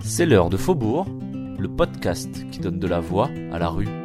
C'est l'heure de Faubourg, le podcast qui donne de la voix à la rue.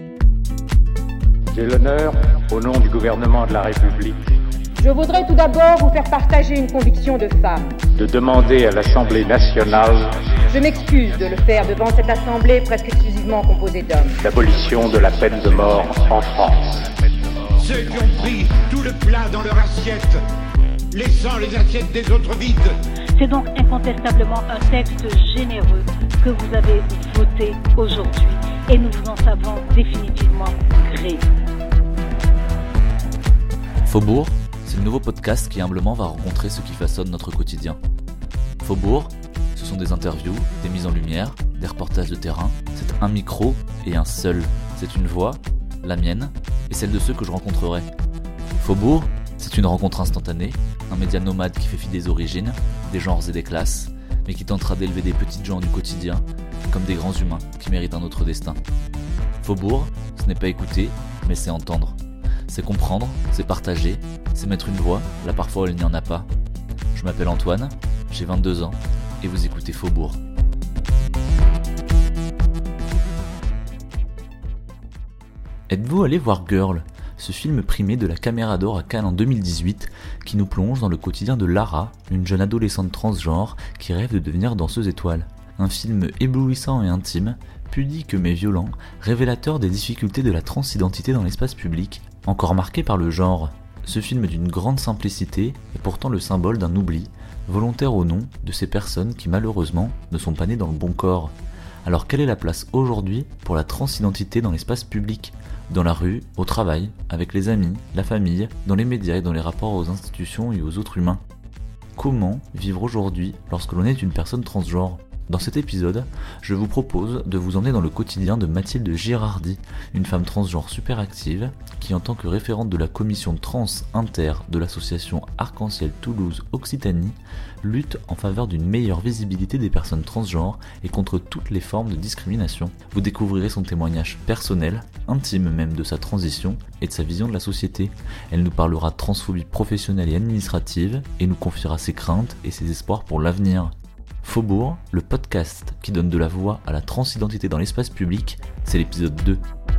J'ai l'honneur, au nom du gouvernement de la République, je voudrais tout d'abord vous faire partager une conviction de femme. de demander à l'Assemblée nationale Je m'excuse de le faire devant cette assemblée presque exclusivement composée d'hommes. l'abolition de la peine de mort en France. Ceux qui ont pris tout le plat dans leur assiette, laissant les assiettes des autres vides. C'est donc incontestablement un texte généreux que vous avez voté aujourd'hui et nous vous en savons définitivement gré. Faubourg, c'est le nouveau podcast qui humblement va rencontrer ceux qui façonnent notre quotidien. Faubourg, ce sont des interviews, des mises en lumière, des reportages de terrain. C'est un micro et un seul. C'est une voix, la mienne, et celle de ceux que je rencontrerai. Faubourg, c'est une rencontre instantanée, un média nomade qui fait fi des origines, des genres et des classes, mais qui tentera d'élever des petites gens du quotidien, comme des grands humains qui méritent un autre destin. Faubourg, ce n'est pas écouter, mais c'est entendre. C'est comprendre, c'est partager, c'est mettre une voix, là parfois il n'y en a pas. Je m'appelle Antoine, j'ai 22 ans, et vous écoutez Faubourg. Êtes-vous allé voir Girl, ce film primé de la Caméra d'Or à Cannes en 2018 qui nous plonge dans le quotidien de Lara, une jeune adolescente transgenre qui rêve de devenir danseuse étoile. Un film éblouissant et intime, pudique mais violent, révélateur des difficultés de la transidentité dans l'espace public, encore marqué par le genre. Ce film d'une grande simplicité est pourtant le symbole d'un oubli, volontaire ou non, de ces personnes qui malheureusement ne sont pas nées dans le bon corps. Alors quelle est la place aujourd'hui pour la transidentité dans l'espace public ? Dans la rue, au travail, avec les amis, la famille, dans les médias et dans les rapports aux institutions et aux autres humains. Comment vivre aujourd'hui lorsque l'on est une personne transgenre ? Dans cet épisode, je vous propose de vous emmener dans le quotidien de Mathilde Girardi, une femme transgenre super active, qui en tant que référente de la commission trans inter de l'association Arc-en-Ciel Toulouse Occitanie, lutte en faveur d'une meilleure visibilité des personnes transgenres et contre toutes les formes de discrimination. Vous découvrirez son témoignage personnel, intime même de sa transition et de sa vision de la société. Elle nous parlera de transphobie professionnelle et administrative et nous confiera ses craintes et ses espoirs pour l'avenir. Faubourg, le podcast qui donne de la voix à la transidentité dans l'espace public, c'est l'épisode 2.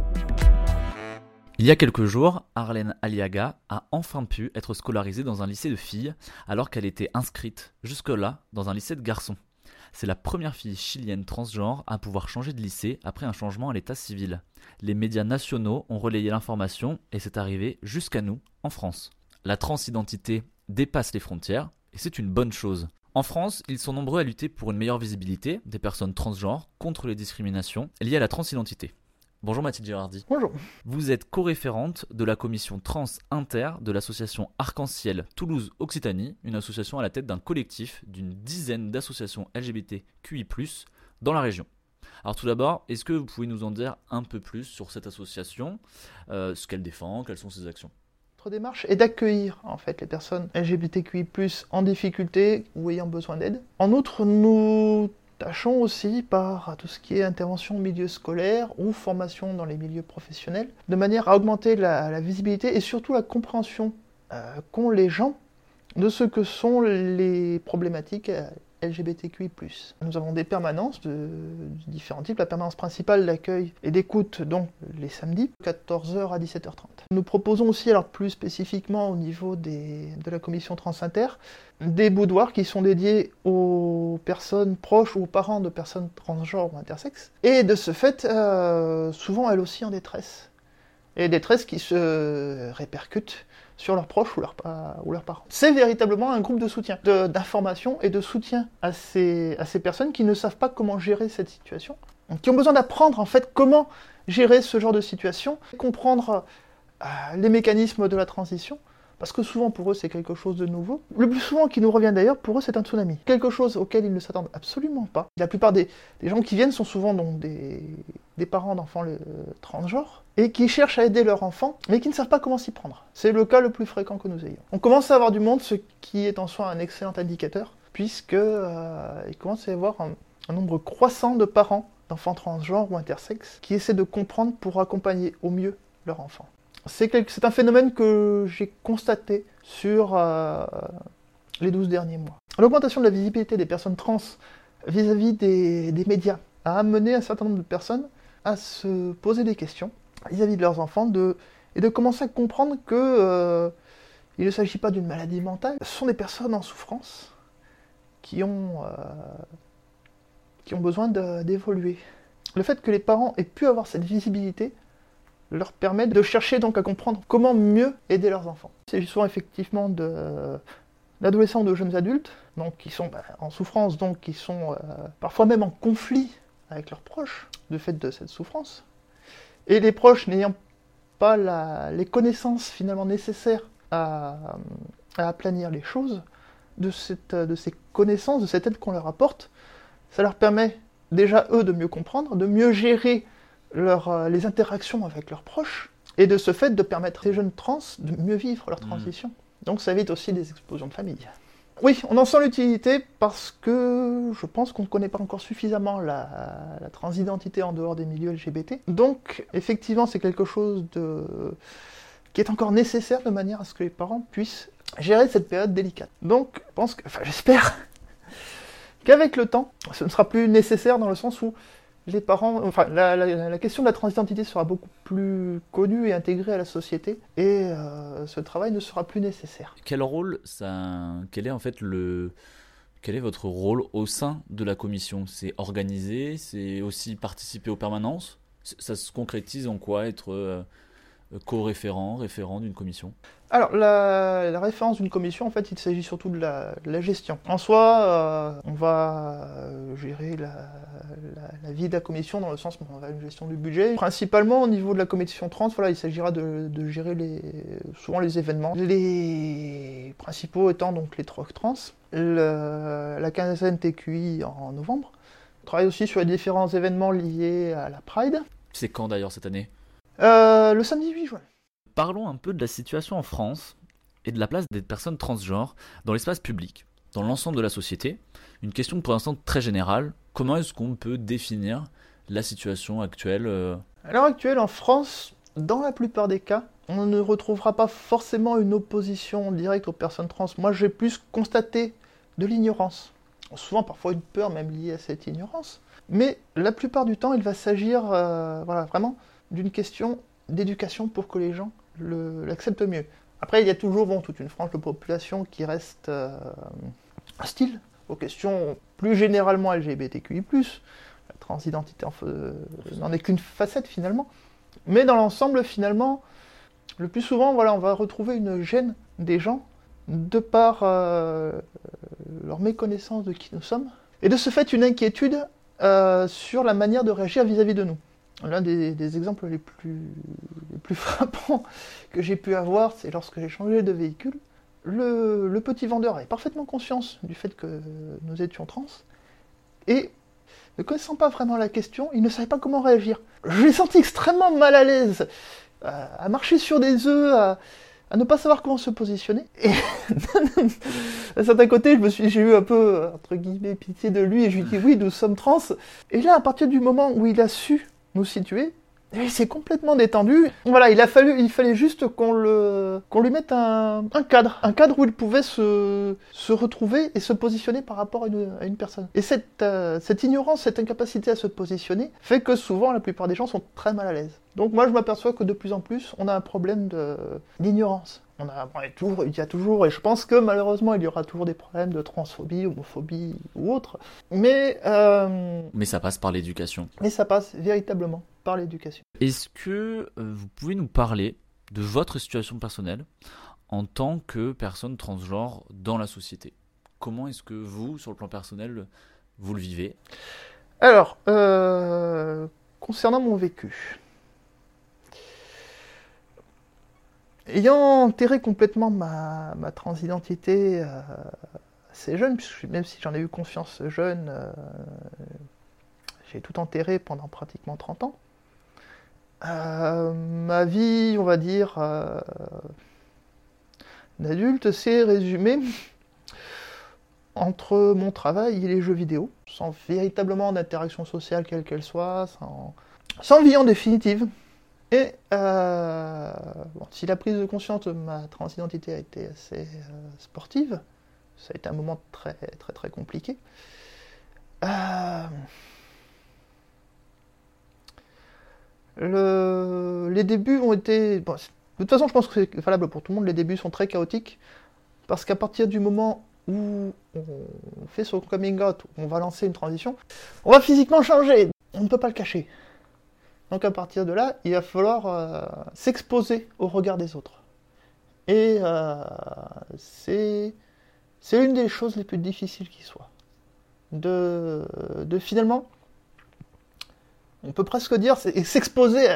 Il y a quelques jours, Arlène Aliaga a enfin pu être scolarisée dans un lycée de filles alors qu'elle était inscrite jusque-là dans un lycée de garçons. C'est la première fille chilienne transgenre à pouvoir changer de lycée après un changement à l'état civil. Les médias nationaux ont relayé l'information et c'est arrivé jusqu'à nous, en France. La transidentité dépasse les frontières et c'est une bonne chose. En France, ils sont nombreux à lutter pour une meilleure visibilité des personnes transgenres contre les discriminations liées à la transidentité. Bonjour Mathilde Girardi. Bonjour. Vous êtes co-référente de la commission trans inter de l'association Arc-en-Ciel Toulouse Occitanie, une association à la tête d'un collectif d'une dizaine d'associations LGBTQI+, dans la région. Alors tout d'abord, est-ce que vous pouvez nous en dire un peu plus sur cette association, ce qu'elle défend, quelles sont ses actions ? Notre démarche est d'accueillir en fait les personnes LGBTQI+ en difficulté ou ayant besoin d'aide. En outre, nous tâchons aussi par tout ce qui est intervention au milieu scolaire ou formation dans les milieux professionnels, de manière à augmenter la visibilité et surtout la compréhension qu'ont les gens de ce que sont les problématiques LGBTQI+. Nous avons des permanences de différents types. La permanence principale d'accueil et d'écoute, donc les samedis, 14h à 17h30. Nous proposons aussi, alors plus spécifiquement au niveau de la commission trans inter, des boudoirs qui sont dédiés aux personnes proches ou aux parents de personnes transgenres ou intersexes. Et de ce fait, souvent elles aussi en détresse. Et détresse qui se répercute sur leurs proches ou leurs parents. C'est véritablement un groupe de soutien, d'information et de soutien à ces personnes qui ne savent pas comment gérer cette situation, qui ont besoin d'apprendre en fait comment gérer ce genre de situation, comprendre les mécanismes de la transition, parce que souvent pour eux c'est quelque chose de nouveau. Le plus souvent qui nous revient d'ailleurs, pour eux c'est un tsunami, quelque chose auquel ils ne s'attendent absolument pas. La plupart des gens qui viennent sont souvent donc des parents d'enfants transgenres, et qui cherchent à aider leur enfant, mais qui ne savent pas comment s'y prendre. C'est le cas le plus fréquent que nous ayons. On commence à avoir du monde, ce qui est en soi un excellent indicateur, puisque il commence à y avoir un nombre croissant de parents d'enfants transgenres ou intersexes qui essaient de comprendre pour accompagner au mieux leur enfant. C'est un phénomène que j'ai constaté sur les 12 derniers mois. L'augmentation de la visibilité des personnes trans vis-à-vis des médias, a amené un certain nombre de personnes à se poser des questions vis-à-vis de leurs enfants et de commencer à comprendre que il ne s'agit pas d'une maladie mentale. Ce sont des personnes en souffrance qui ont besoin d'évoluer. Le fait que les parents aient pu avoir cette visibilité leur permet de chercher donc à comprendre comment mieux aider leurs enfants. Il s'agit souvent effectivement d'adolescents ou de jeunes adultes, donc qui sont en souffrance, donc qui sont parfois même en conflit avec leurs proches, du fait de cette souffrance. Et les proches n'ayant pas les connaissances finalement nécessaires à aplanir les choses, de ces connaissances, de cette aide qu'on leur apporte, ça leur permet déjà eux de mieux comprendre, de mieux gérer les interactions avec leurs proches, et de ce fait de permettre à ces jeunes trans de mieux vivre leur transition. Donc ça évite aussi des explosions de famille. Oui, on en sent l'utilité parce que je pense qu'on ne connaît pas encore suffisamment la transidentité en dehors des milieux LGBT. Donc effectivement c'est quelque chose qui est encore nécessaire de manière à ce que les parents puissent gérer cette période délicate. Donc j'espère qu'avec le temps, ce ne sera plus nécessaire dans le sens où les parents, la question de la transidentité sera beaucoup plus connue et intégrée à la société, et ce travail ne sera plus nécessaire. Quel est votre rôle au sein de la commission ? C'est organiser, c'est aussi participer aux permanences ? Ça se concrétise en quoi être co-référent, référent d'une commission ? Alors, la référence d'une commission, en fait, il s'agit surtout de la gestion. En soi, on va gérer la vie de la commission dans le sens où on va une gestion du budget. Principalement, au niveau de la commission trans, il s'agira de gérer souvent les événements. Les principaux étant donc les trocs trans, la quinzaine TQI en novembre. On travaille aussi sur les différents événements liés à la Pride. C'est quand d'ailleurs cette année ? Le samedi 8 juin. Parlons un peu de la situation en France et de la place des personnes transgenres dans l'espace public, dans l'ensemble de la société. Une question pour l'instant très générale. Comment est-ce qu'on peut définir la situation actuelle À l'heure actuelle, en France, dans la plupart des cas, on ne retrouvera pas forcément une opposition directe aux personnes trans. Moi, j'ai plus constaté de l'ignorance. Souvent, parfois, une peur même liée à cette ignorance. Mais la plupart du temps, il va s'agir vraiment d'une question d'éducation pour que les gens l'acceptent mieux. Après, il y a toujours toute une frange de population qui reste hostile aux questions plus généralement LGBTQI+. La transidentité n'en est qu'une facette finalement. Mais dans l'ensemble, finalement, le plus souvent, on va retrouver une gêne des gens de par leur méconnaissance de qui nous sommes. Et de ce fait, une inquiétude sur la manière de réagir vis-à-vis de nous. L'un des exemples les plus frappants que j'ai pu avoir, c'est lorsque j'ai changé de véhicule. Le petit vendeur avait parfaitement conscience du fait que nous étions trans, et ne connaissant pas vraiment la question, il ne savait pas comment réagir. Je l'ai senti extrêmement mal à l'aise, à marcher sur des œufs, à ne pas savoir comment se positionner. Et d'un certain côté, j'ai eu un peu, entre guillemets, pitié de lui, et je lui ai dit, oui, nous sommes trans. Et là, à partir du moment où il a su nous situer, il s'est complètement détendu. Voilà, il fallait juste qu'on lui mette un cadre où il pouvait se retrouver et se positionner par rapport à une personne. Et cette ignorance, cette incapacité à se positionner, fait que souvent, la plupart des gens sont très mal à l'aise. Donc moi, je m'aperçois que de plus en plus, on a un problème d'ignorance. Il y a toujours, et je pense que malheureusement, il y aura toujours des problèmes de transphobie, homophobie ou autre. Mais ça passe par l'éducation. Mais ça passe véritablement par l'éducation. Est-ce que vous pouvez nous parler de votre situation personnelle en tant que personne transgenre dans la société ? Comment est-ce que vous, sur le plan personnel, vous le vivez ? Alors, concernant mon vécu, ayant enterré complètement ma transidentité assez jeune, puisque même si j'en ai eu conscience jeune, j'ai tout enterré pendant pratiquement 30 ans. Ma vie, on va dire, d'adulte s'est résumée entre mon travail et les jeux vidéo, sans véritablement d'interaction sociale quelle qu'elle soit, sans vie en définitive. Et si la prise de conscience de ma transidentité a été assez sportive, ça a été un moment très très très compliqué. Les débuts ont été... Bon, de toute façon, je pense que c'est valable pour tout le monde. Les débuts sont très chaotiques. Parce qu'à partir du moment où on fait son coming out, on va lancer une transition, on va physiquement changer. On ne peut pas le cacher. Donc à partir de là, il va falloir s'exposer au regard des autres. Et c'est l'une des choses les plus difficiles qui soit. De finalement, on peut presque dire, s'exposer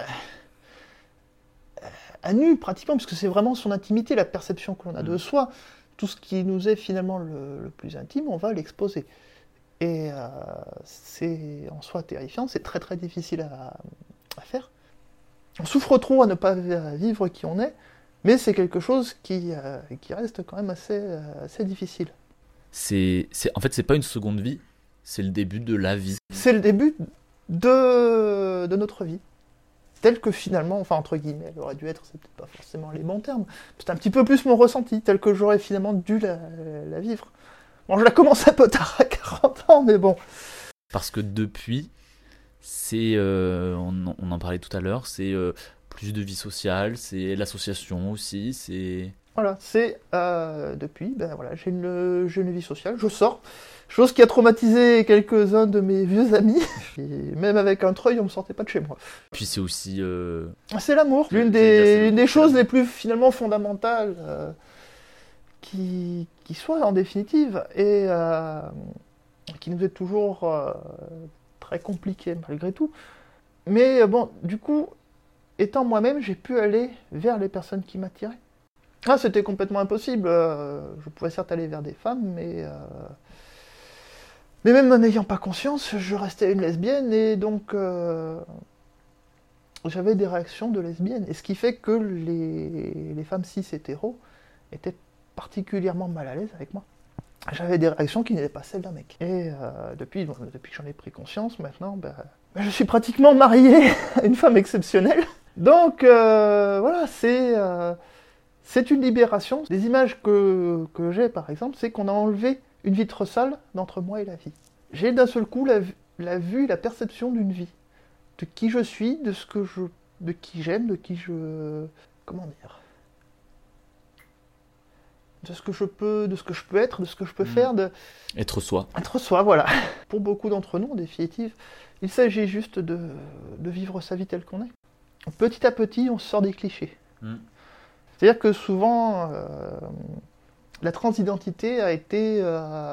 à nu pratiquement, puisque c'est vraiment son intimité, la perception que l'on a de soi. Tout ce qui nous est finalement le plus intime, on va l'exposer. Et c'est en soi terrifiant, c'est très très difficile à faire. On souffre trop à ne pas vivre qui on est, mais c'est quelque chose qui reste quand même assez difficile. En fait, c'est pas une seconde vie, c'est le début de la vie. C'est le début de notre vie. Tel que finalement, enfin entre guillemets, elle aurait dû être, c'est peut-être pas forcément les bons termes, c'est un petit peu plus mon ressenti, tel que j'aurais finalement dû la vivre. Bon, je la commence un peu tard à 40 ans, mais bon. Parce que depuis, c'est, on en parlait tout à l'heure, c'est plus de vie sociale, c'est l'association aussi, c'est... Voilà, c'est depuis, ben voilà, j'ai une vie sociale, je sors, chose qui a traumatisé quelques-uns de mes vieux amis, et même avec un treuil, on me sortait pas de chez moi. Puis c'est aussi... C'est l'amour, l'une des choses les plus finalement fondamentales qui soit en définitive, et qui nous est toujours très compliqué malgré tout. Mais bon, du coup, étant moi-même, j'ai pu aller vers les personnes qui m'attiraient. Ah, c'était complètement impossible. Je pouvais certes aller vers des femmes, mais même n'en ayant pas conscience, je restais une lesbienne, et donc j'avais des réactions de lesbienne. Et ce qui fait que les femmes cis-hétéros étaient particulièrement mal à l'aise avec moi. J'avais des réactions qui n'étaient pas celles d'un mec. Et depuis que j'en ai pris conscience, maintenant, je suis pratiquement marié à une femme exceptionnelle. Donc voilà, c'est une libération. Des images que j'ai, par exemple, c'est qu'on a enlevé une vitre sale d'entre moi et la vie. J'ai d'un seul coup la vue, la perception d'une vie. De qui je suis, de qui j'aime, de qui je... Comment dire ? De ce que je peux être, de ce que je peux faire, Être soi. Être soi, voilà. Pour beaucoup d'entre nous, en définitive, il s'agit juste de vivre sa vie telle qu'on est. Petit à petit, on sort des clichés. C'est-à-dire que souvent, la transidentité a été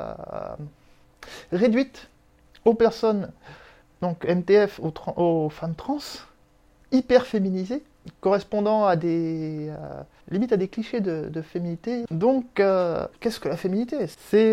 réduite aux personnes, donc MTF, aux femmes trans, hyper féminisées, correspondant à limite à des clichés de féminité. Donc, qu'est-ce que la féminité ? C'est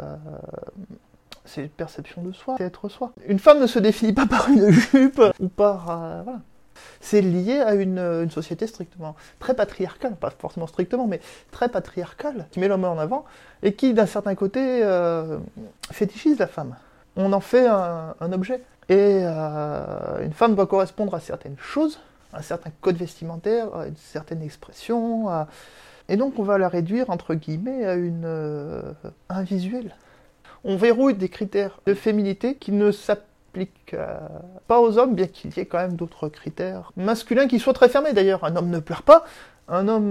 une perception de soi, c'est être soi. Une femme ne se définit pas par une jupe ou par... voilà. C'est lié à une société strictement, très patriarcale, pas forcément strictement, mais très patriarcale, qui met l'homme en avant, et qui, d'un certain côté, fétichise la femme. On en fait un objet. Et une femme doit correspondre à certaines choses, à un certain code vestimentaire, à une certaine expression, et donc on va la réduire, entre guillemets, à un visuel. On verrouille des critères de féminité qui ne s'appliquent pas aux hommes, bien qu'il y ait quand même d'autres critères masculins qui soient très fermés. D'ailleurs, un homme ne pleure pas, un homme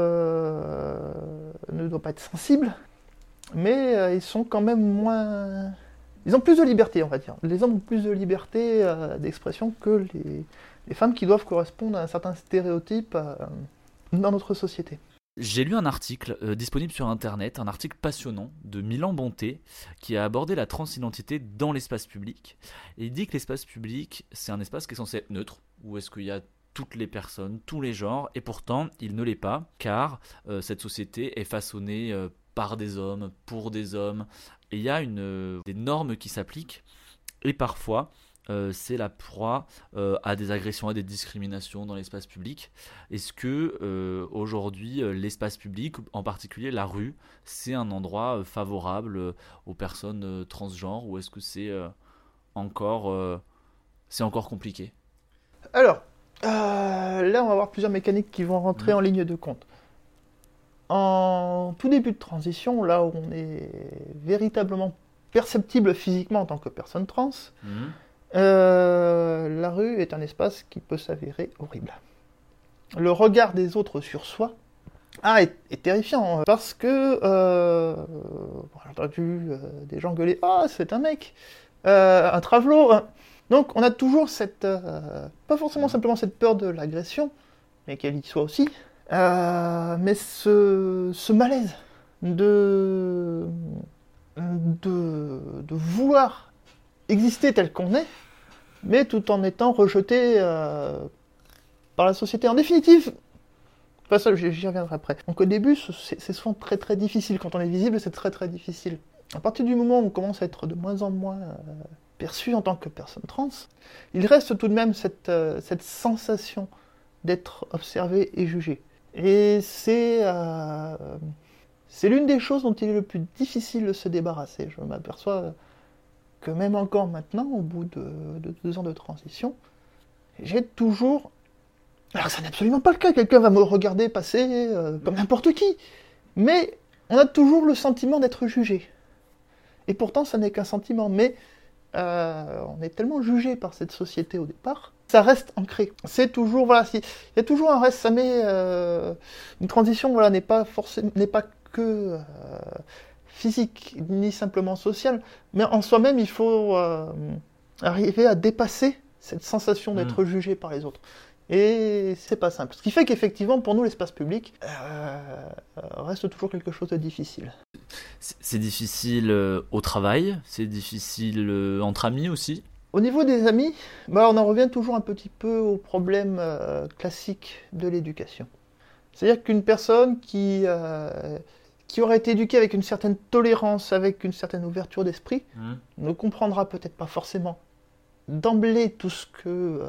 ne doit pas être sensible, mais ils sont quand même moins... Ils ont plus de liberté, on va dire. Les hommes ont plus de liberté d'expression que les femmes qui doivent correspondre à un certain stéréotype dans notre société. J'ai lu un article disponible sur internet, un article passionnant de Milan Bonté qui a abordé la transidentité dans l'espace public. Et il dit que l'espace public, c'est un espace qui est censé être neutre, où est-ce qu'il y a toutes les personnes, tous les genres, et pourtant il ne l'est pas, car cette société est façonnée par des hommes, pour des hommes, et il y a des normes qui s'appliquent, et parfois c'est la proie à des agressions, à des discriminations dans l'espace public. Est-ce que aujourd'hui l'espace public, en particulier la rue, c'est un endroit favorable aux personnes transgenres, ou est-ce que c'est encore compliqué ? Alors, là on va avoir plusieurs mécaniques qui vont rentrer en ligne de compte. En tout début de transition, là où on est véritablement perceptible physiquement en tant que personne trans, la rue est un espace qui peut s'avérer horrible. Le regard des autres sur soi est terrifiant, parce que j'ai entendu des gens gueuler « Ah, c'est un mec, un travelot !» Donc on a toujours cette, pas forcément simplement cette peur de l'agression, mais qu'elle y soit aussi, mais ce malaise de vouloir exister tel qu'on est, mais tout en étant rejeté par la société. En définitive, enfin ça j'y reviendrai après. Donc au début, c'est souvent très très difficile. Quand on est visible, c'est très très difficile. À partir du moment où on commence à être de moins en moins perçu en tant que personne trans, il reste tout de même cette sensation d'être observé et jugé. Et c'est l'une des choses dont il est le plus difficile de se débarrasser. Je m'aperçois que même encore maintenant, au bout de 2 ans de transition, j'ai toujours... Alors ça n'est absolument pas le cas, quelqu'un va me regarder passer comme n'importe qui, mais on a toujours le sentiment d'être jugé. Et pourtant, ça n'est qu'un sentiment, mais on est tellement jugé par cette société au départ, ça reste ancré. C'est toujours, voilà, il y a toujours un reste, ça met... une transition, voilà, n'est pas que physique, ni simplement sociale, mais en soi-même, il faut arriver à dépasser cette sensation d'être jugé par les autres. Et c'est pas simple. Ce qui fait qu'effectivement, pour nous, l'espace public reste toujours quelque chose de difficile. C'est difficile au travail, c'est difficile entre amis aussi. Au niveau des amis, on en revient toujours un petit peu au problème classique de l'éducation. C'est-à-dire qu'une personne qui aurait été éduquée avec une certaine tolérance, avec une certaine ouverture d'esprit, ne comprendra peut-être pas forcément d'emblée toutes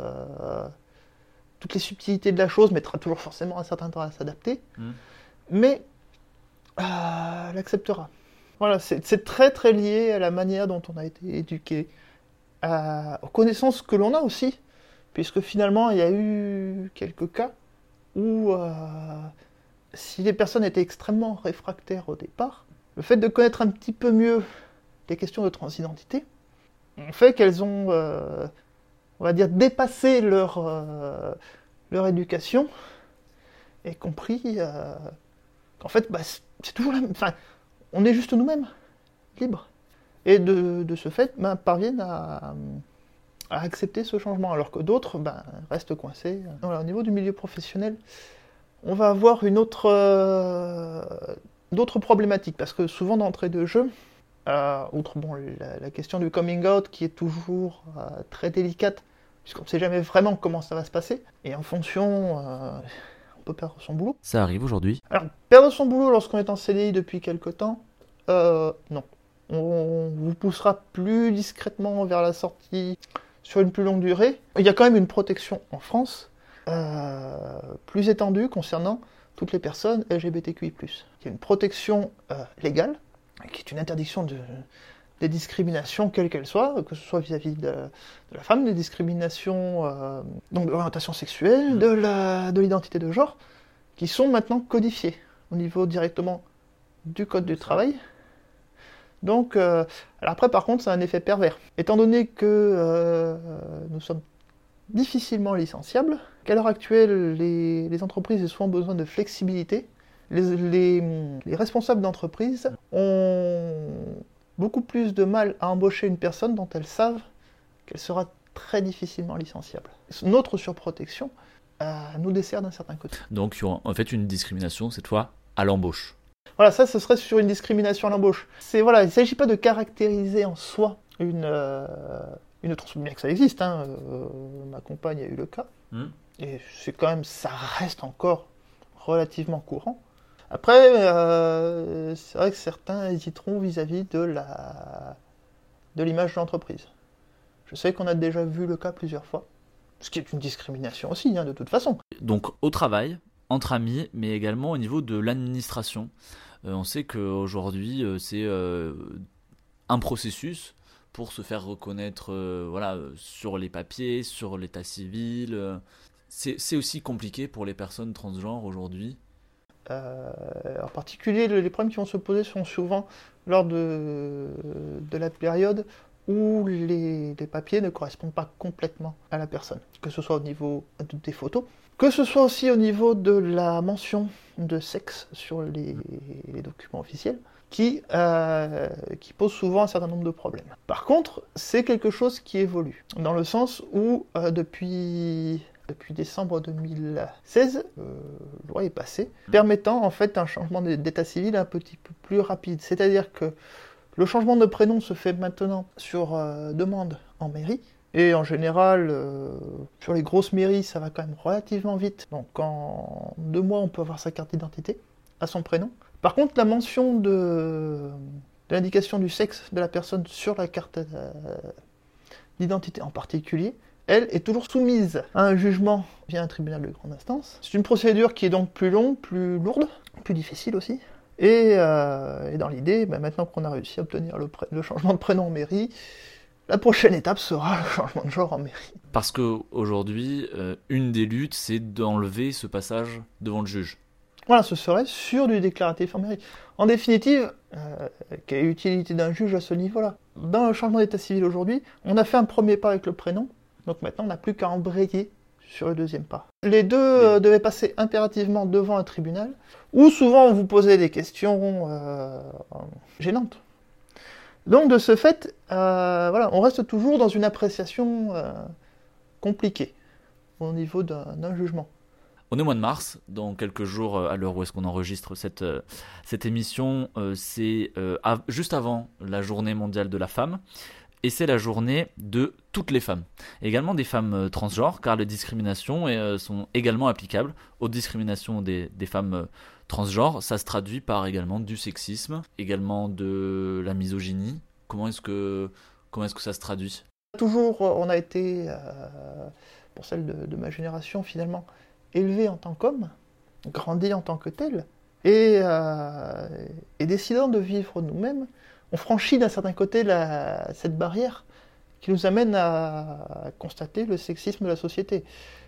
les subtilités de la chose, mettra toujours forcément un certain temps à s'adapter, mais l'acceptera. Voilà, c'est très très lié à la manière dont on a été éduqué, aux connaissances que l'on a aussi, puisque finalement il y a eu quelques cas où si les personnes étaient extrêmement réfractaires au départ, le fait de connaître un petit peu mieux les questions de transidentité fait qu'elles ont, on va dire, dépassé leur éducation et compris qu'en fait, c'est toujours la même. Enfin, on est juste nous-mêmes, libres. Et de ce fait, parviennent à accepter ce changement, alors que d'autres restent coincés. Voilà, au niveau du milieu professionnel, on va avoir d'autres problématiques, parce que souvent d'entrée de jeu, outre la question du coming out qui est toujours très délicate, puisqu'on ne sait jamais vraiment comment ça va se passer, et en fonction, on peut perdre son boulot. Ça arrive aujourd'hui? Alors, perdre son boulot lorsqu'on est en CDI depuis quelque temps, non. On vous poussera plus discrètement vers la sortie sur une plus longue durée. Il y a quand même une protection en France, plus étendue concernant toutes les personnes LGBTQI+. Il y a une protection légale, qui est une interdiction des discriminations, quelles qu'elles soient, que ce soit vis-à-vis de la femme, des discriminations donc de l'orientation sexuelle, de l'identité de genre, qui sont maintenant codifiées au niveau directement du Code du travail. Donc, alors après, par contre, ça a un effet pervers. Étant donné que nous sommes difficilement licenciables, qu'à l'heure actuelle, les entreprises ont souvent besoin de flexibilité, les responsables d'entreprise ont beaucoup plus de mal à embaucher une personne dont elles savent qu'elle sera très difficilement licenciable. Notre surprotection nous dessert d'un certain côté. Donc il y aura en fait une discrimination, cette fois, à l'embauche. Voilà, ça, ce serait sur une discrimination à l'embauche. Il ne s'agit pas de caractériser en soi une transphobie, bien que ça existe. Ma compagne a eu le cas. Et c'est quand même, ça reste encore relativement courant. Après, c'est vrai que certains hésiteront vis-à-vis de l'image de l'entreprise. Je sais qu'on a déjà vu le cas plusieurs fois, ce qui est une discrimination aussi, de toute façon. Donc au travail, entre amis, mais également au niveau de l'administration. On sait qu'aujourd'hui, c'est un processus pour se faire reconnaître sur les papiers, sur l'état civil. C'est aussi compliqué pour les personnes transgenres aujourd'hui. En particulier, les problèmes qui vont se poser sont souvent lors des de la période où les papiers ne correspondent pas complètement à la personne, que ce soit au niveau des photos, que ce soit aussi au niveau de la mention de sexe sur les documents officiels, qui pose souvent un certain nombre de problèmes. Par contre, c'est quelque chose qui évolue, dans le sens où depuis décembre 2016, la loi est passée, permettant en fait un changement d'état civil un petit peu plus rapide. C'est-à-dire que le changement de prénom se fait maintenant sur demande en mairie, et en général, sur les grosses mairies, ça va quand même relativement vite. Donc en 2 mois, on peut avoir sa carte d'identité à son prénom. Par contre, la mention de l'indication du sexe de la personne sur la carte d'identité en particulier, elle est toujours soumise à un jugement via un tribunal de grande instance. C'est une procédure qui est donc plus longue, plus lourde, plus difficile aussi. Et dans l'idée, maintenant qu'on a réussi à obtenir le changement de prénom en mairie, la prochaine étape sera le changement de genre en mairie. Parce qu'aujourd'hui, une des luttes, c'est d'enlever ce passage devant le juge. Voilà, ce serait sur du déclaratif en mairie. En définitive, quelle est l'utilité d'un juge à ce niveau-là ? Dans le changement d'état civil aujourd'hui, on a fait un premier pas avec le prénom, donc maintenant on n'a plus qu'à embrayer sur le deuxième pas. Les deux devaient passer impérativement devant un tribunal, où souvent on vous posait des questions gênantes. Donc de ce fait, on reste toujours dans une appréciation compliquée au niveau d'un jugement. On est au mois de mars, dans quelques jours, à l'heure où est-ce qu'on enregistre cette émission, c'est juste avant la journée mondiale de la femme, et c'est la journée de toutes les femmes. Également des femmes transgenres, car les discriminations sont également applicables aux discriminations des femmes transgenres. Ça se traduit par également du sexisme, également de la misogynie. Comment est-ce que ça se traduit ? Toujours, on a été, pour celle de ma génération finalement, élevé en tant qu'homme, grandi en tant que tel, et décidant de vivre nous-mêmes, on franchit d'un certain côté cette barrière qui nous amène à constater le sexisme de la société.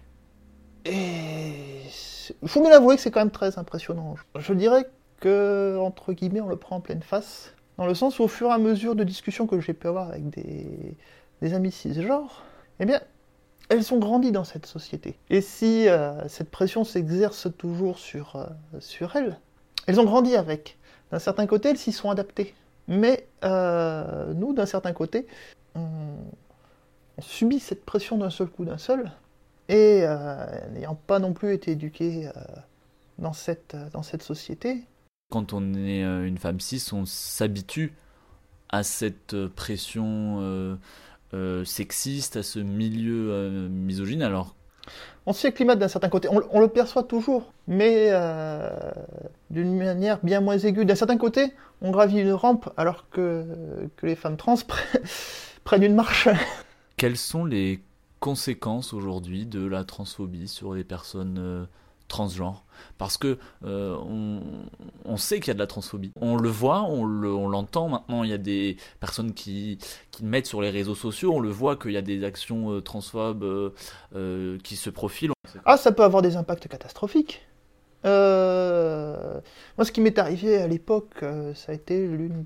Et il faut bien avouer que c'est quand même très impressionnant. Je dirais que, entre guillemets, on le prend en pleine face, dans le sens où au fur et à mesure de discussions que j'ai pu avoir avec des amis cisgenres, eh bien, elles ont grandi dans cette société. Et si cette pression s'exerce toujours sur elles ont grandi avec. D'un certain côté, elles s'y sont adaptées. Mais nous, d'un certain côté, on subit cette pression d'un seul coup, et n'ayant pas non plus été éduqués dans cette société. Quand on est une femme cis, on s'habitue à cette pression sexiste, à ce milieu misogyne, alors... On s'y acclimate d'un certain côté, on le perçoit toujours, mais d'une manière bien moins aiguë. D'un certain côté, on gravit une rampe alors que les femmes trans prennent une marche. Quelles sont les conséquences aujourd'hui de la transphobie sur les personnes transgenres ? Parce que on sait qu'il y a de la transphobie. On le voit, on l'entend maintenant. Il y a des personnes qui mettent sur les réseaux sociaux. On le voit qu'il y a des actions transphobes qui se profilent. Ah, ça peut avoir des impacts catastrophiques. Moi, ce qui m'est arrivé à l'époque, ça a été l'une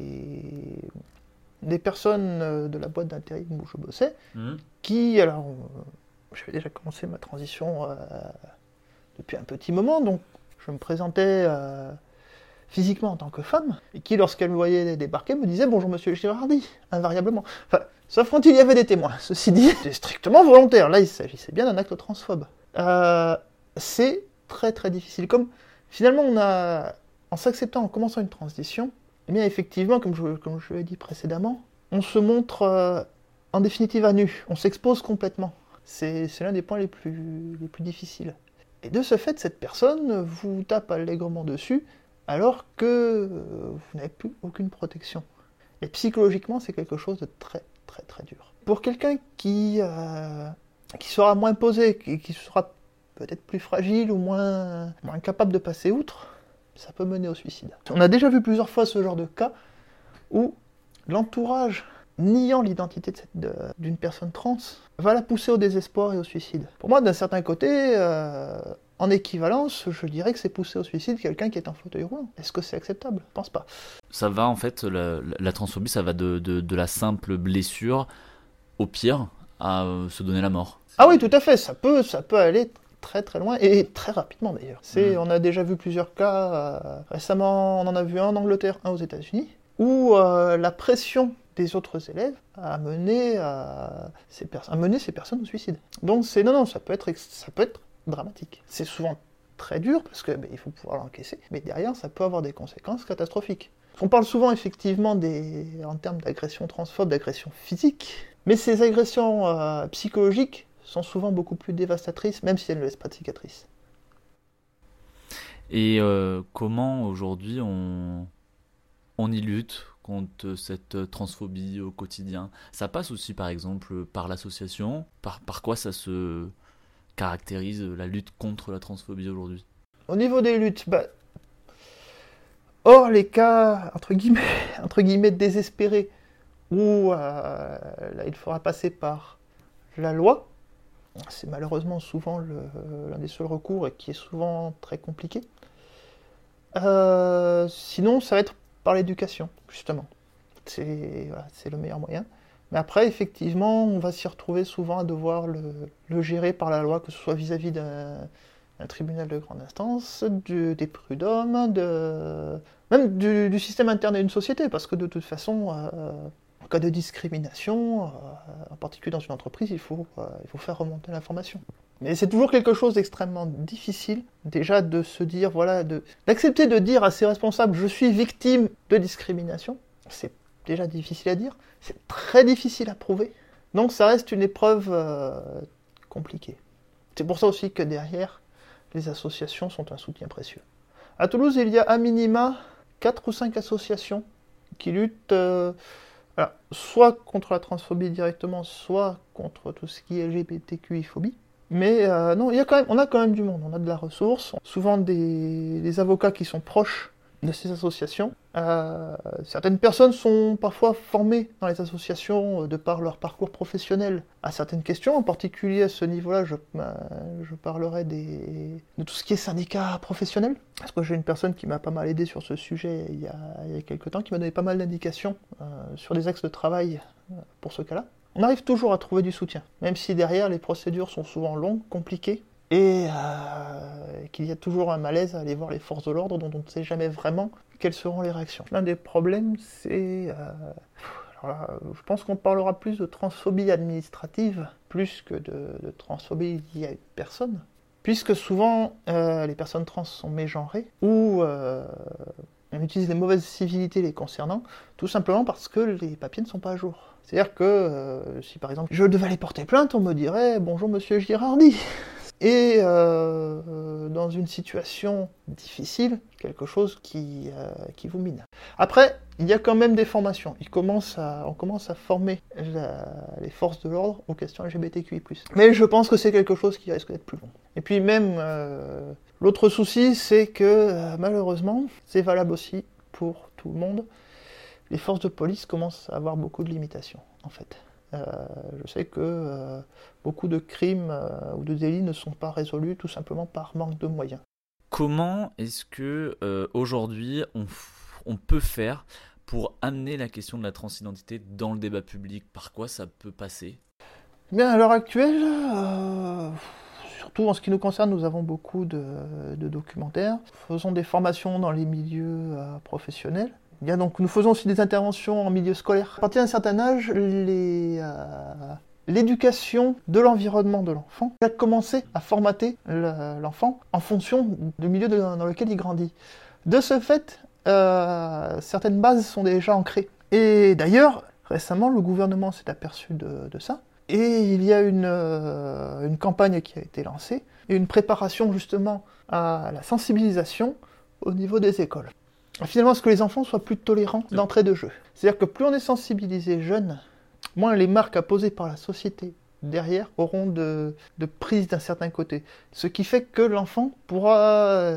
des personnes de la boîte d'intérim où je bossais, qui, alors, j'avais déjà commencé ma transition depuis un petit moment, donc je me présentais physiquement en tant que femme, et qui, lorsqu'elle me voyait débarquer, me disait « Bonjour monsieur Girardi », invariablement. Enfin, sauf quand il y avait des témoins. Ceci dit, c'était strictement volontaire. Là, il s'agissait bien d'un acte transphobe. C'est très très difficile. Comme, finalement, en s'acceptant, en commençant une transition, eh bien, effectivement, comme je l'ai dit précédemment, on se montre en définitive à nu. On s'expose complètement. C'est l'un des points les plus difficiles. Et de ce fait, cette personne vous tape allègrement dessus, alors que vous n'avez plus aucune protection. Et psychologiquement, c'est quelque chose de très très très dur. Pour quelqu'un qui sera moins posé, qui sera peut-être plus fragile ou moins capable de passer outre, ça peut mener au suicide. On a déjà vu plusieurs fois ce genre de cas où l'entourage, niant l'identité d'une personne trans, va la pousser au désespoir et au suicide. Pour moi, d'un certain côté, En équivalence, je dirais que c'est pousser au suicide quelqu'un qui est en fauteuil roulant. Est-ce que c'est acceptable ? Je pense pas. Ça va en fait, la transphobie, ça va de la simple blessure, au pire, à se donner la mort. Ah oui, tout à fait, ça peut aller très très loin, et très rapidement d'ailleurs. On a déjà vu plusieurs cas, récemment on en a vu un en Angleterre, un aux États-Unis, où la pression des autres élèves a mené ces personnes au suicide. Donc ça peut être dramatique. C'est souvent très dur, parce que il faut pouvoir l'encaisser, mais derrière ça peut avoir des conséquences catastrophiques. On parle souvent effectivement en termes d'agression transphobe, d'agression physique, mais ces agressions psychologiques sont souvent beaucoup plus dévastatrices, même si elles ne laissent pas de cicatrices. Et comment aujourd'hui on y lutte contre cette transphobie au quotidien ? Ça passe aussi par exemple par l'association. Par quoi ça se caractérise la lutte contre la transphobie aujourd'hui ? Au niveau des luttes, hors les cas entre guillemets désespérés, où là il faudra passer par la loi, c'est malheureusement souvent l'un des seuls recours et qui est souvent très compliqué. Sinon, ça va être par l'éducation, justement. C'est le meilleur moyen. Mais après, effectivement, on va s'y retrouver souvent à devoir le gérer par la loi, que ce soit vis-à-vis d'un tribunal de grande instance, des prud'hommes, même du système interne d'une société, parce que de toute façon, en cas de discrimination, en particulier dans une entreprise, il faut faire remonter l'information. Mais c'est toujours quelque chose d'extrêmement difficile, déjà de se dire, d'accepter de dire à ses responsables, je suis victime de discrimination. C'est déjà difficile à dire, c'est très difficile à prouver. Donc ça reste une épreuve compliquée. C'est pour ça aussi que derrière, les associations sont un soutien précieux. À Toulouse, il y a à minima 4 ou 5 associations qui luttent soit contre la transphobie directement, soit contre tout ce qui est LGBTQI-phobie. Mais non, on a quand même du monde, on a de la ressource. Souvent des avocats qui sont proches de ces associations. Certaines personnes sont parfois formées dans les associations de par leur parcours professionnel à certaines questions. En particulier à ce niveau-là, je parlerai de tout ce qui est syndicat professionnel. Parce que j'ai une personne qui m'a pas mal aidé sur ce sujet il y a quelques temps, qui m'a donné pas mal d'indications sur des axes de travail pour ce cas-là. On arrive toujours à trouver du soutien, même si derrière les procédures sont souvent longues, compliquées, et qu'il y a toujours un malaise à aller voir les forces de l'ordre dont on ne sait jamais vraiment quelles seront les réactions. L'un des problèmes, c'est... je pense qu'on parlera plus de transphobie administrative, plus que de transphobie liée à une personne, puisque souvent les personnes trans sont mégenrées, ou on utilise les mauvaises civilités les concernant, tout simplement parce que les papiers ne sont pas à jour. C'est-à-dire que si par exemple je devais aller porter plainte, on me dirait « Bonjour monsieur Girardi ». Et dans une situation difficile, quelque chose qui vous mine. Après, il y a quand même des formations. On commence à former les forces de l'ordre aux questions LGBTQI+. Mais je pense que c'est quelque chose qui risque d'être plus long. Et puis même, l'autre souci, c'est que malheureusement, c'est valable aussi pour tout le monde, les forces de police commencent à avoir beaucoup de limitations, en fait. Je sais que beaucoup de crimes ou de délits ne sont pas résolus tout simplement par manque de moyens. Comment est-ce que aujourd'hui on peut faire pour amener la question de la transidentité dans le débat public ? Par quoi ça peut passer ? Bien, à l'heure actuelle, surtout en ce qui nous concerne, nous avons beaucoup de documentaires. Nous faisons des formations dans les milieux professionnels. Nous faisons aussi des interventions en milieu scolaire. À partir d'un certain âge, l'éducation de l'environnement de l'enfant va commencer à formater l'enfant en fonction du milieu dans lequel il grandit. De ce fait, certaines bases sont déjà ancrées. Et d'ailleurs, récemment, le gouvernement s'est aperçu de ça. Et il y a une campagne qui a été lancée, et une préparation justement à la sensibilisation au niveau des écoles. Finalement, ce que les enfants soient plus tolérants d'entrée de jeu. C'est-à-dire que plus on est sensibilisé jeune, moins les marques à poser par la société derrière auront de prise d'un certain côté. Ce qui fait que l'enfant pourra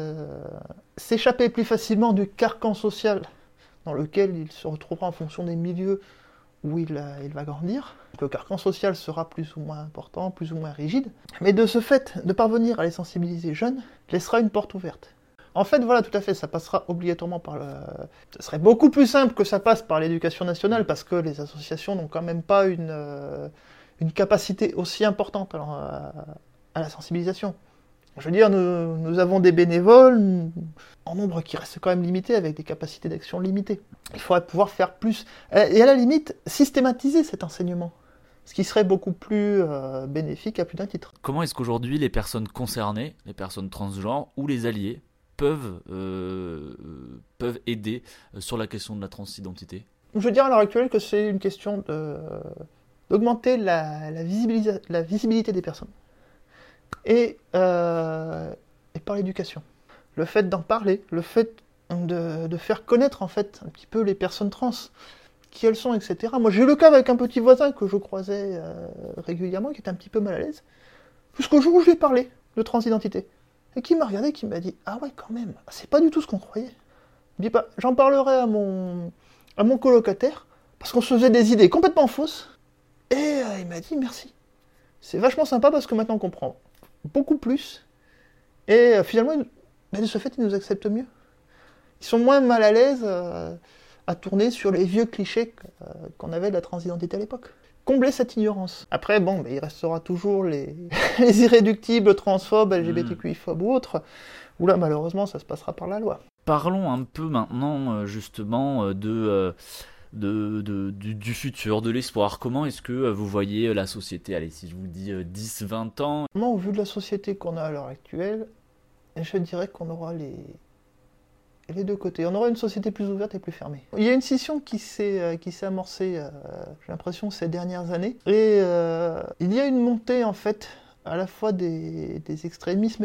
s'échapper plus facilement du carcan social dans lequel il se retrouvera en fonction des milieux où il va grandir. Le carcan social sera plus ou moins important, plus ou moins rigide. Mais de ce fait, de parvenir à les sensibiliser jeunes, laissera une porte ouverte. En fait, voilà, tout à fait, ça passera obligatoirement par Ça serait beaucoup plus simple que ça passe par l'éducation nationale, parce que les associations n'ont quand même pas une capacité aussi importante à la sensibilisation. Je veux dire, nous avons des bénévoles, en nombre qui reste quand même limité, avec des capacités d'action limitées. Il faudrait pouvoir faire plus, et à la limite, systématiser cet enseignement, ce qui serait beaucoup plus bénéfique à plus d'un titre. Comment est-ce qu'aujourd'hui les personnes concernées, les personnes transgenres ou les alliés peuvent aider sur la question de la transidentité ? Je veux dire à l'heure actuelle que c'est une question d'augmenter la visibilité des personnes. Et par l'éducation. Le fait d'en parler, le fait de faire connaître en fait un petit peu les personnes trans, qui elles sont, etc. Moi j'ai eu le cas avec un petit voisin que je croisais régulièrement, qui était un petit peu mal à l'aise, jusqu'au jour où je lui ai parlé de transidentité. Et qui m'a regardé, qui m'a dit « Ah ouais, quand même, c'est pas du tout ce qu'on croyait. » Il dit pas, j'en parlerai à mon colocataire, parce qu'on se faisait des idées complètement fausses, et il m'a dit « Merci. C'est vachement sympa parce que maintenant on comprend beaucoup plus, et finalement, de ce fait, ils nous acceptent mieux. Ils sont moins mal à l'aise à tourner sur les vieux clichés qu'on avait de la transidentité à l'époque. Combler cette ignorance. Après, bon, il restera toujours les irréductibles transphobes, LGBTQI-phobes ou autres, où là, malheureusement, ça se passera par la loi. Parlons un peu maintenant, justement, du futur, de l'espoir. Comment est-ce que vous voyez la société, allez, si je vous dis 10-20 ans? Moi, au vu de la société qu'on a à l'heure actuelle, je dirais qu'on aura les deux côtés. On aura une société plus ouverte et plus fermée. Il y a une scission qui s'est amorcée, j'ai l'impression, ces dernières années. Et il y a une montée, en fait, à la fois des extrémistes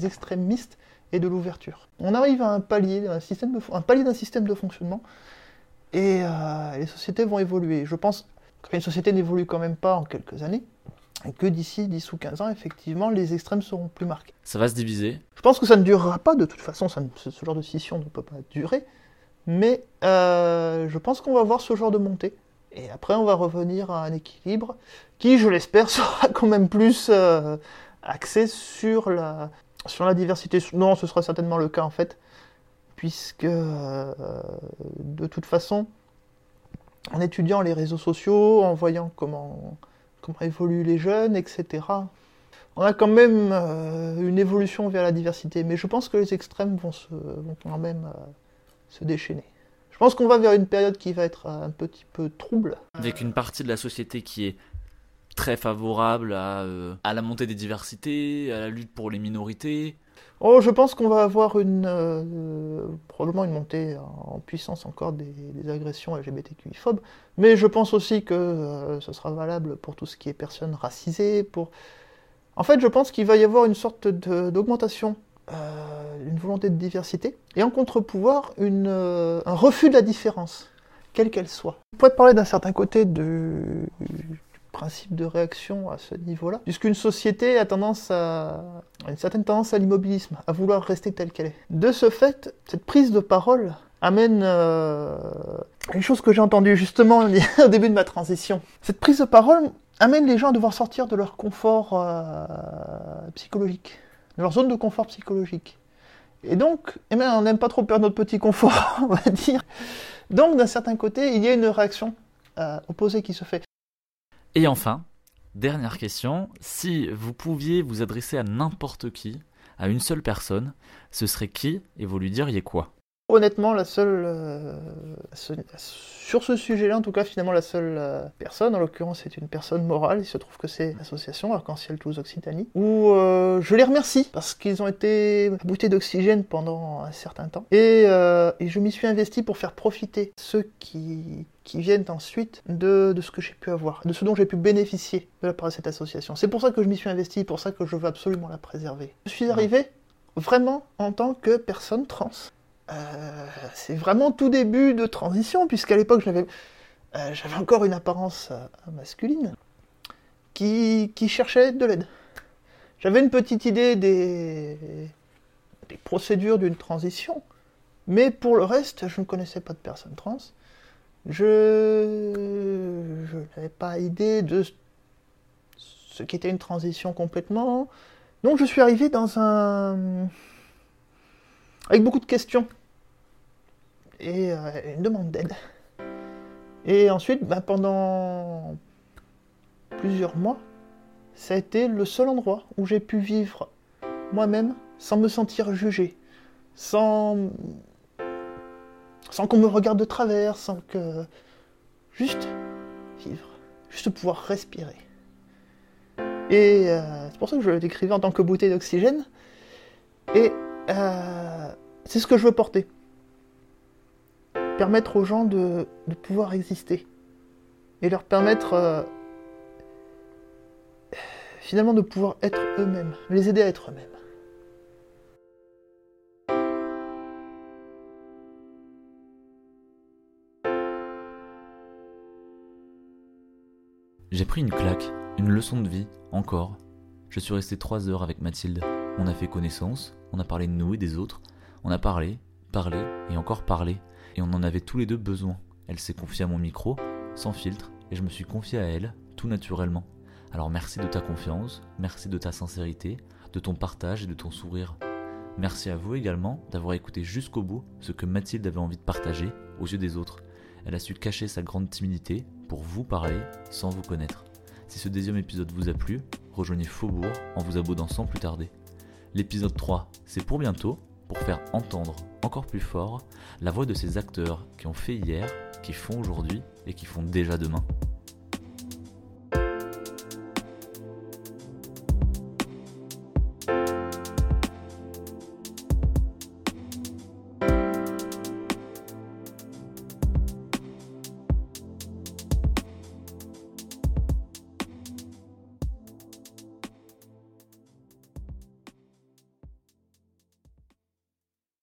et de l'ouverture. On arrive à un palier d'un système de fonctionnement, et les sociétés vont évoluer. Je pense qu'une société n'évolue quand même pas en quelques années, et que d'ici 10 ou 15 ans, effectivement, les extrêmes seront plus marqués. Ça va se diviser? Je pense que ça ne durera pas, de toute façon, ce genre de scission ne peut pas durer, mais je pense qu'on va voir ce genre de montée. Et après, on va revenir à un équilibre qui, je l'espère, sera quand même plus axé sur la diversité. Non, ce sera certainement le cas, en fait, puisque, de toute façon, en étudiant les réseaux sociaux, en voyant comment évoluent les jeunes, etc., on a quand même une évolution vers la diversité. Mais je pense que les extrêmes vont quand même se déchaîner. Je pense qu'on va vers une période qui va être un petit peu trouble. Avec une partie de la société qui est très favorable à la montée des diversités, à la lutte pour les minorités. Oh, je pense qu'on va avoir probablement une montée en puissance encore des agressions LGBTQI-phobes, mais je pense aussi que ce sera valable pour tout ce qui est personnes racisées. En fait, je pense qu'il va y avoir une sorte d'augmentation, une volonté de diversité, et en contre-pouvoir, un refus de la différence, quelle qu'elle soit. On pourrait parler d'un certain côté du principe de réaction à ce niveau-là, puisqu'une société a une certaine tendance à l'immobilisme, à vouloir rester telle qu'elle est. De ce fait, cette prise de parole amène une chose que j'ai entendue justement au début de ma transition. Cette prise de parole amène les gens à devoir sortir de leur confort psychologique, de leur zone de confort psychologique. Et donc, on n'aime pas trop perdre notre petit confort, on va dire. Donc, d'un certain côté, il y a une réaction opposée qui se fait. Et enfin, dernière question, si vous pouviez vous adresser à n'importe qui, à une seule personne, ce serait qui et vous lui diriez quoi? Honnêtement, sur ce sujet-là, en tout cas, finalement, la seule personne, en l'occurrence, c'est une personne morale, il se trouve que c'est l'association Arc-en-Ciel Toulouse Occitanie, où je les remercie, parce qu'ils ont été ma bouteille d'oxygène pendant un certain temps, et je m'y suis investi pour faire profiter ceux qui viennent ensuite de ce que j'ai pu avoir, de ce dont j'ai pu bénéficier de la part de cette association. C'est pour ça que je m'y suis investi, pour ça que je veux absolument la préserver. Je suis arrivé vraiment en tant que personne trans. C'est vraiment tout début de transition, puisqu'à l'époque j'avais encore une apparence masculine qui cherchait de l'aide. J'avais une petite idée des procédures d'une transition, mais pour le reste, je ne connaissais pas de personnes trans. Je n'avais pas idée de ce qu'était une transition complètement. Donc je suis arrivé avec beaucoup de questions et une demande d'aide. Et ensuite, pendant plusieurs mois, ça a été le seul endroit où j'ai pu vivre moi-même sans me sentir jugé, sans qu'on me regarde de travers, sans que... Juste vivre, juste pouvoir respirer. Et c'est pour ça que je le décrivais en tant que bouteille d'oxygène. Et c'est ce que je veux porter. Permettre aux gens de pouvoir exister. Et leur permettre finalement de pouvoir être eux-mêmes. Les aider à être eux-mêmes. J'ai pris une claque, une leçon de vie, encore. Je suis resté 3 heures avec Mathilde. On a fait connaissance, on a parlé de nous et des autres. On a parlé et encore parlé. Et on en avait tous les deux besoin. Elle s'est confiée à mon micro, sans filtre, et je me suis confié à elle, tout naturellement. Alors merci de ta confiance, merci de ta sincérité, de ton partage et de ton sourire. Merci à vous également d'avoir écouté jusqu'au bout ce que Mathilde avait envie de partager aux yeux des autres. Elle a su cacher sa grande timidité pour vous parler sans vous connaître. Si ce 10e épisode vous a plu, rejoignez Faubourg en vous abonnant sans plus tarder. L'épisode 3, c'est pour bientôt, pour faire entendre encore plus fort la voix de ces acteurs qui ont fait hier, qui font aujourd'hui et qui font déjà demain.